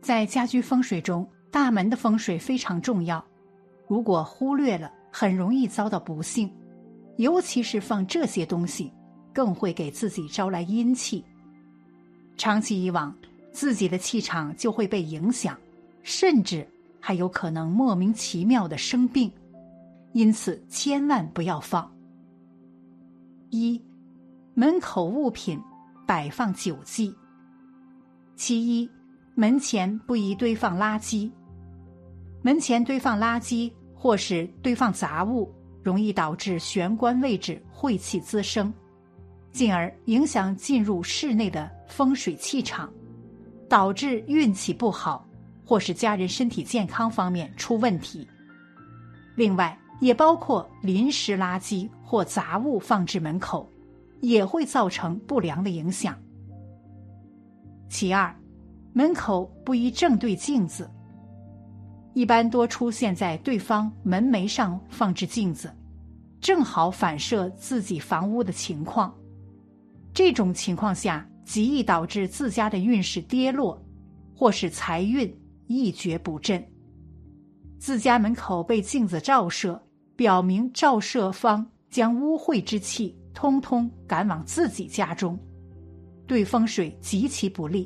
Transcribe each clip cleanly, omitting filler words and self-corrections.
在家居风水中，大门的风水非常重要，如果忽略了，很容易遭到不幸，尤其是放这些东西，更会给自己招来阴气。长期以往，自己的气场就会被影响，甚至还有可能莫名其妙的生病，因此千万不要放。1. 门口物品摆放酒迹。其一，门前不宜堆放垃圾。门前堆放垃圾或是堆放杂物，容易导致玄关位置晦气滋生，进而影响进入室内的风水气场，导致运气不好，或是家人身体健康方面出问题。另外，也包括临时垃圾或杂物放置门口，也会造成不良的影响。其二，门口不宜正对镜子。一般多出现在对方门楣上放置镜子，正好反射自己房屋的情况。这种情况下，极易导致自家的运势跌落，或是财运一蹶不振。自家门口被镜子照射，表明照射方将污秽之气通通赶往自己家中，对风水极其不利。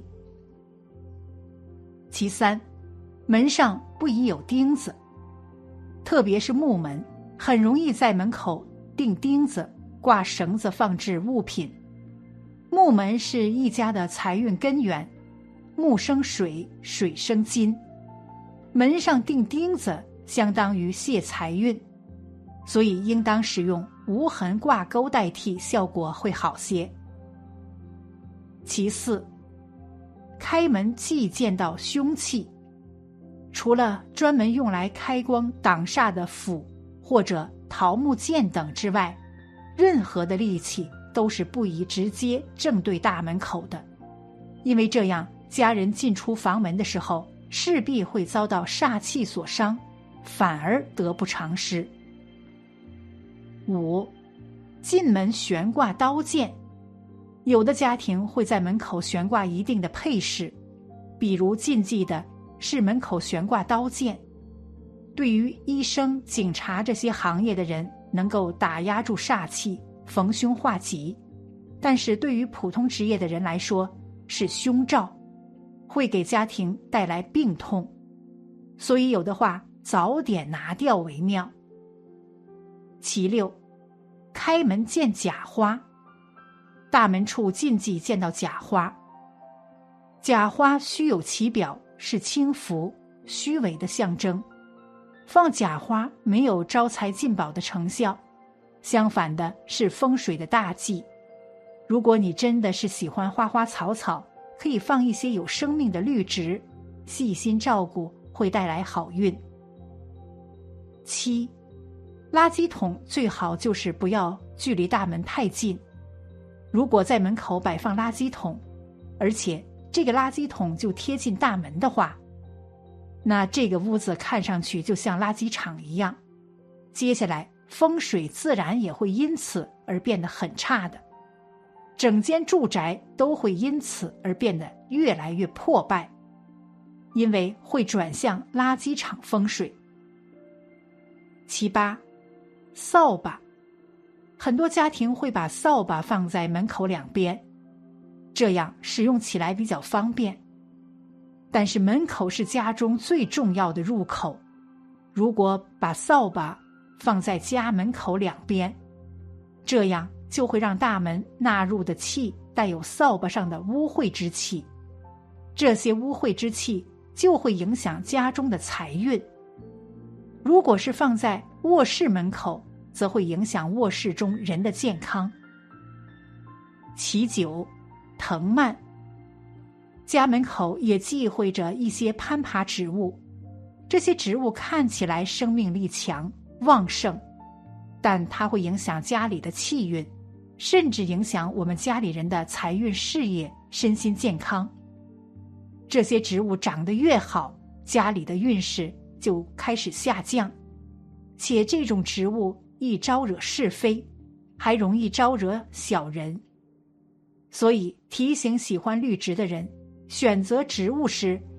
其三，门上不宜有钉子，特别是木门，很容易在门口钉钉子、挂绳子放置物品。木门是一家的财运根源，木生水，水生金，门上钉钉子相当于泄财运，所以应当使用无痕挂钩代替，效果会好些。其四，开门忌见到凶器。除了专门用来开光挡煞的斧或者桃木剑等之外，任何的利器都是不宜直接正对大门口的，因为这样家人进出房门的时候势必会遭到煞气所伤，反而得不偿失。5. 进门悬挂刀剑。有的家庭会在门口悬挂一定的配饰，比如禁忌的是门口悬挂刀剑。对于医生、警察这些行业的人，能够打压住煞气，逢凶化吉，但是对于普通职业的人来说是凶兆，会给家庭带来病痛，所以有的话早点拿掉为妙。其六，开门见假花。大门处禁忌见到假花，假花虚有其表，是轻浮虚伪的象征，放假花没有招财进宝的成效，相反的是风水的大忌。如果你真的是喜欢花花草草，可以放一些有生命的绿植，细心照顾会带来好运。7. 垃圾桶最好就是不要距离大门太近。如果在门口摆放垃圾桶，而且这个垃圾桶就贴近大门的话，那这个屋子看上去就像垃圾场一样，接下来风水自然也会因此而变得很差的，整间住宅都会因此而变得越来越破败，因为会转向垃圾场风水。8. 扫把。很多家庭会把扫把放在门口两边，这样使用起来比较方便。但是门口是家中最重要的入口，如果把扫把放在家门口两边，这样就会让大门纳入的气带有扫把上的污秽之气，这些污秽之气就会影响家中的财运。如果是放在卧室门口，则会影响卧室中人的健康。其9，藤蔓。家门口也忌讳着一些攀爬植物，这些植物看起来生命力强旺盛，但它会影响家里的气运，甚至影响我们家里人的财运、事业、身心健康。这些植物长得越好，家里的运势就开始下降，且这种植物易招惹是非，还容易招惹小人。所以提醒喜欢绿植的人，选择植物时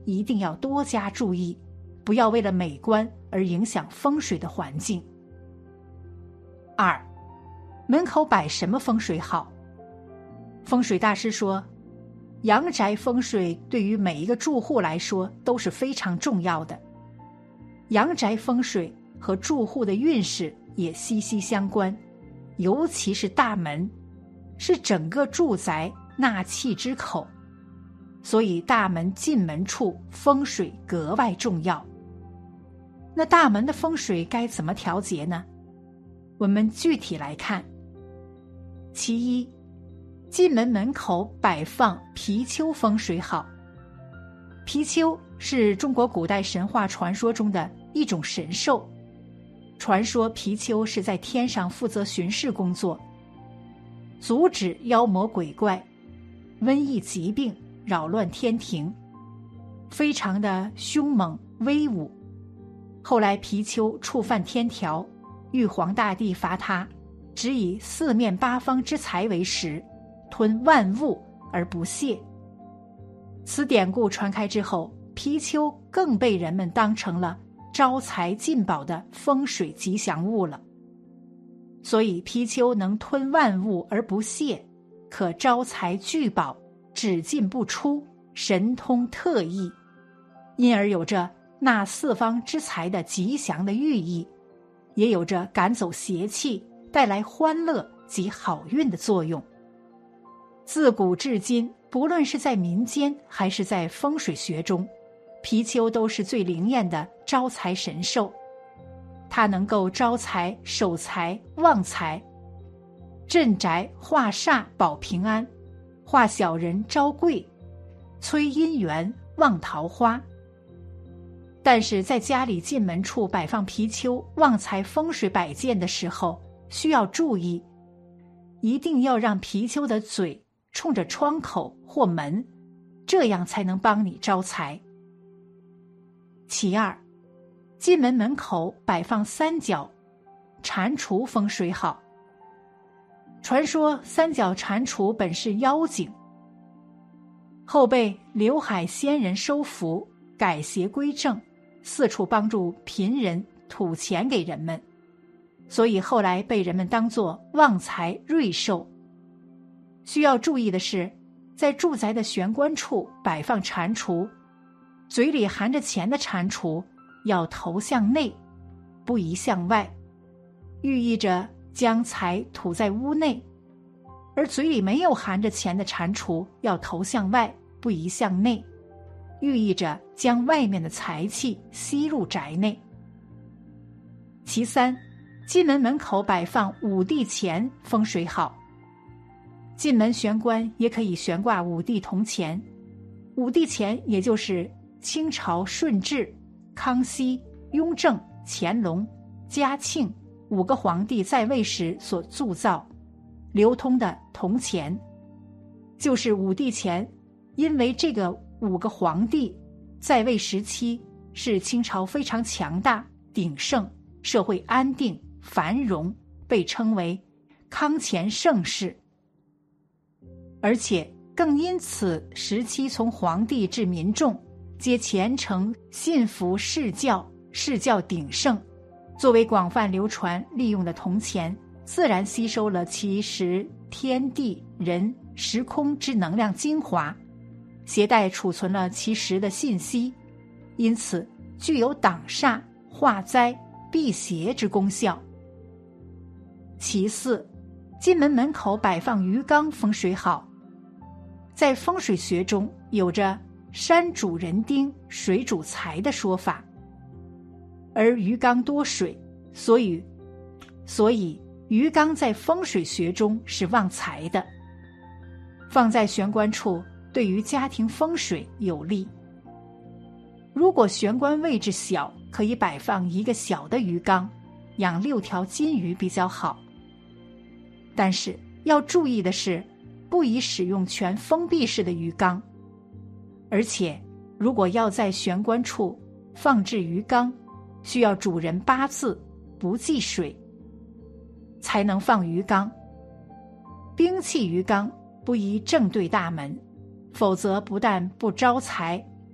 一定要多加注意，不要为了美观而影响风水的环境。2. 门口摆什么风水好？风水大师说，阳宅风水对于每一个住户来说都是非常重要的。阳宅风水和住户的运势也息息相关，尤其是大门，是整个住宅纳气之口，所以大门进门处风水格外重要。那大门的风水该怎么调节呢？我们具体来看。其一，进门门口摆放貔貅风水好。貔貅是中国古代神话传说中的一种神兽，传说貔貅是在天上负责巡视工作，阻止妖魔鬼怪、瘟疫疾病扰乱天庭，非常的凶猛威武。后来貔貅触犯天条，玉皇大帝罚他只以四面八方之财为食，吞万物而不泄。此典故传开之后，貔貅更被人们当成了招财进宝的风水吉祥物了。所以貔貅能吞万物而不泄，可招财聚宝，只进不出，神通特异，因而有着纳四方之财的吉祥的寓意，也有着赶走邪气，带来欢乐及好运的作用。自古至今，不论是在民间还是在风水学中，貔貅都是最灵验的招财神兽。它能够招财、守财、旺财，镇宅化煞保平安，化小人招贵，催姻缘旺桃花。但是在家里进门处摆放貔貅旺财风水摆件的时候，需要注意，一定要让貔貅的嘴冲着窗口或门，这样才能帮你招财。其二，进门门口摆放三角蟾蜍风水好。传说三角蟾蜍本是妖精，后被刘海仙人收服，改邪归正，四处帮助贫人吐钱给人们，所以后来被人们当作旺财瑞兽。需要注意的是，在住宅的玄关处摆放蟾蜍，嘴里含着钱的蟾蜍要头向内，不宜向外，寓意着将财吐在屋内；而嘴里没有含着钱的蟾蜍要头向外，不宜向内，寓意着将外面的财气吸入宅内。其三，进门门口摆放五帝钱风水好。进门玄关也可以悬挂五帝铜钱，五帝钱也就是清朝顺治、康熙、雍正、乾隆、嘉庆5个皇帝在位时所铸造流通的铜钱，就是五帝钱。因为这个5个皇帝在位时期是清朝非常强大鼎盛，社会安定繁荣，被称为康乾盛世。而且更因此时期从皇帝至民众皆虔诚信服释教，释教鼎盛，作为广泛流传利用的铜钱，自然吸收了其实天地人时空之能量精华，携带储存了其实的信息，因此具有挡煞化灾辟邪之功效。其四，进门门口摆放鱼缸风水好。在风水学中有着山主人丁，水主财的说法，而鱼缸多水，所以鱼缸在风水学中是旺财的，放在玄关处对于家庭风水有利。如果玄关位置小，可以摆放一个小的鱼缸，养6条金鱼比较好。但是要注意的是，不宜使用全封闭式的鱼缸，而且如果要在玄关处放置鱼缸，需要主人8字不忌水才能放鱼缸。兵器鱼缸不宜正对大门，否则不但不招财，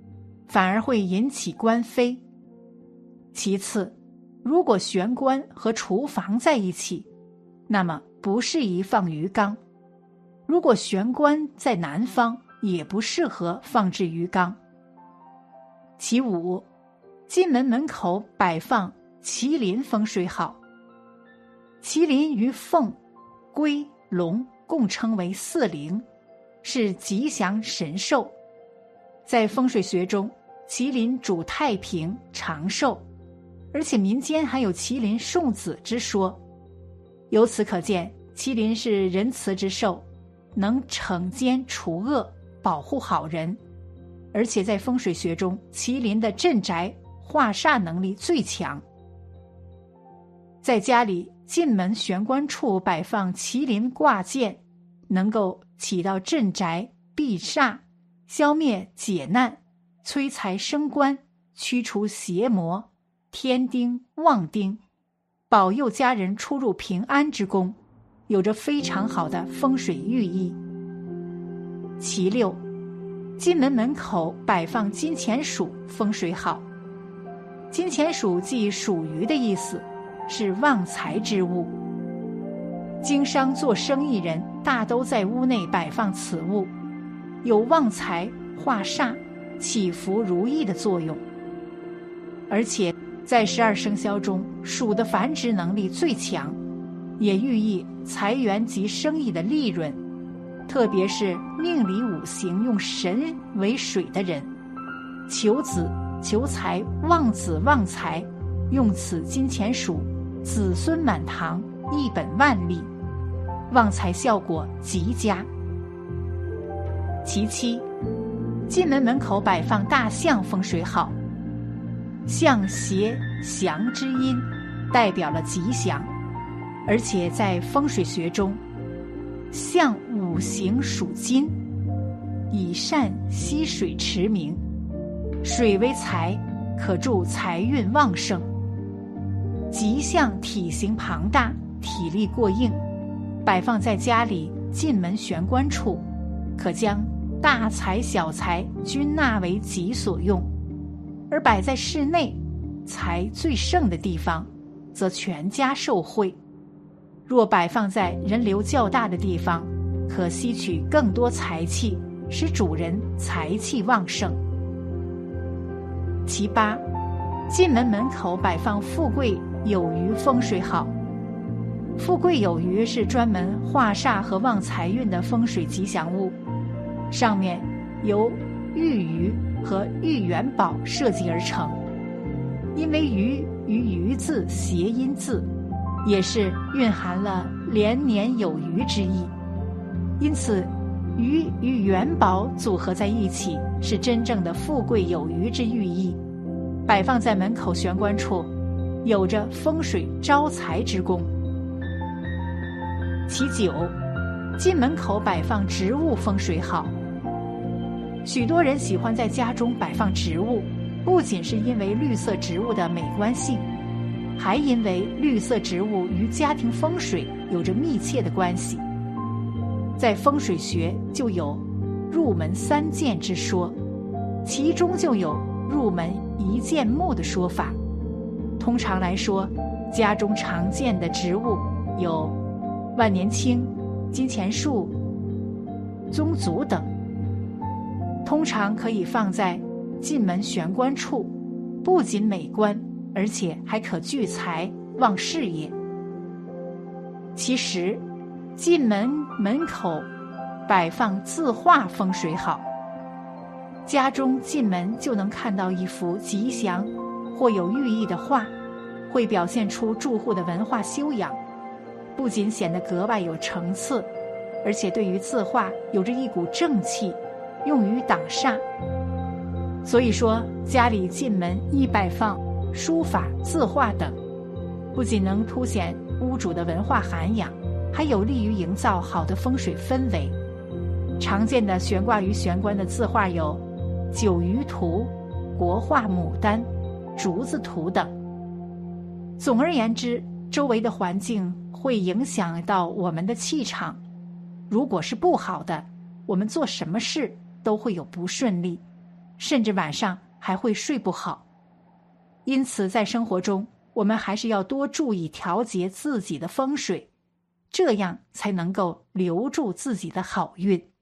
反而会引起官非。其次，如果玄关和厨房在一起，那么不适宜放鱼缸。如果玄关在南方，也不适合放置鱼缸。其五，进门门口摆放麒麟风水好。麒麟与凤、龟、龙共称为四灵，是吉祥神兽。在风水学中，麒麟主太平长寿，而且民间还有麒麟送子之说。由此可见，麒麟是仁慈之兽，能惩奸除恶，保护好人。而且在风水学中，麒麟的镇宅化煞能力最强。在家里进门玄关处摆放麒麟挂件，能够起到镇宅、避煞、消灭解难、催财升官、驱除邪魔、添丁旺丁、保佑家人出入平安之功，有着非常好的风水寓意。其六，进门门口摆放金钱鼠风水好。金钱鼠即属鱼的意思，是旺财之物。经商做生意人大都在屋内摆放此物，有旺财、化煞、祈福如意的作用。而且在12生肖中，鼠的繁殖能力最强，也寓意财源及生意的利润。特别是命里五行用神为水的人，求子、求财、旺子旺财，用此金钱鼠，子孙满堂，一本万利，旺财效果极佳。其七，进门门口摆放大象风水好。象谐祥之音，代表了吉祥，而且在风水学中，象五行属金，以善溪水驰名，水为财，可助财运旺盛。吉象体型庞大，体力过硬，摆放在家里进门玄关处，可将大财小财均纳为己所用。而摆在室内，财最盛的地方，则全家受惠。若摆放在人流较大的地方，可吸取更多财气，使主人财气旺盛。其八，进门门口摆放富贵有余风水好。富贵有余是专门化煞和旺财运的风水吉祥物，上面由玉鱼和玉元宝设计而成。因为鱼与鱼字谐音字，也是蕴含了连年有余之意，因此鱼与元宝组合在一起，是真正的富贵有余之寓意。摆放在门口玄关处，有着风水招财之功。其九，进门口摆放植物风水好。许多人喜欢在家中摆放植物，不仅是因为绿色植物的美观性，还因为绿色植物与家庭风水有着密切的关系。在风水学就有入门三件之说，其中就有入门一件木的说法。通常来说，家中常见的植物有万年青、金钱树、棕竹等，通常可以放在进门玄关处，不仅美观，而且还可聚财旺事业。其实进门门口摆放字画风水好。家中进门就能看到一幅吉祥或有寓意的画，会表现出住户的文化修养，不仅显得格外有层次，而且对于字画有着一股正气，用于挡煞。所以说，家里进门宜摆放书法、字画等，不仅能凸显屋主的文化涵养，还有利于营造好的风水氛围。常见的悬挂于玄关的字画有九鱼图、国画牡丹、竹子图等。总而言之，周围的环境会影响到我们的气场，如果是不好的，我们做什么事都会有不顺利，甚至晚上还会睡不好。因此在生活中，我们还是要多注意调节自己的风水，这样才能够留住自己的好运。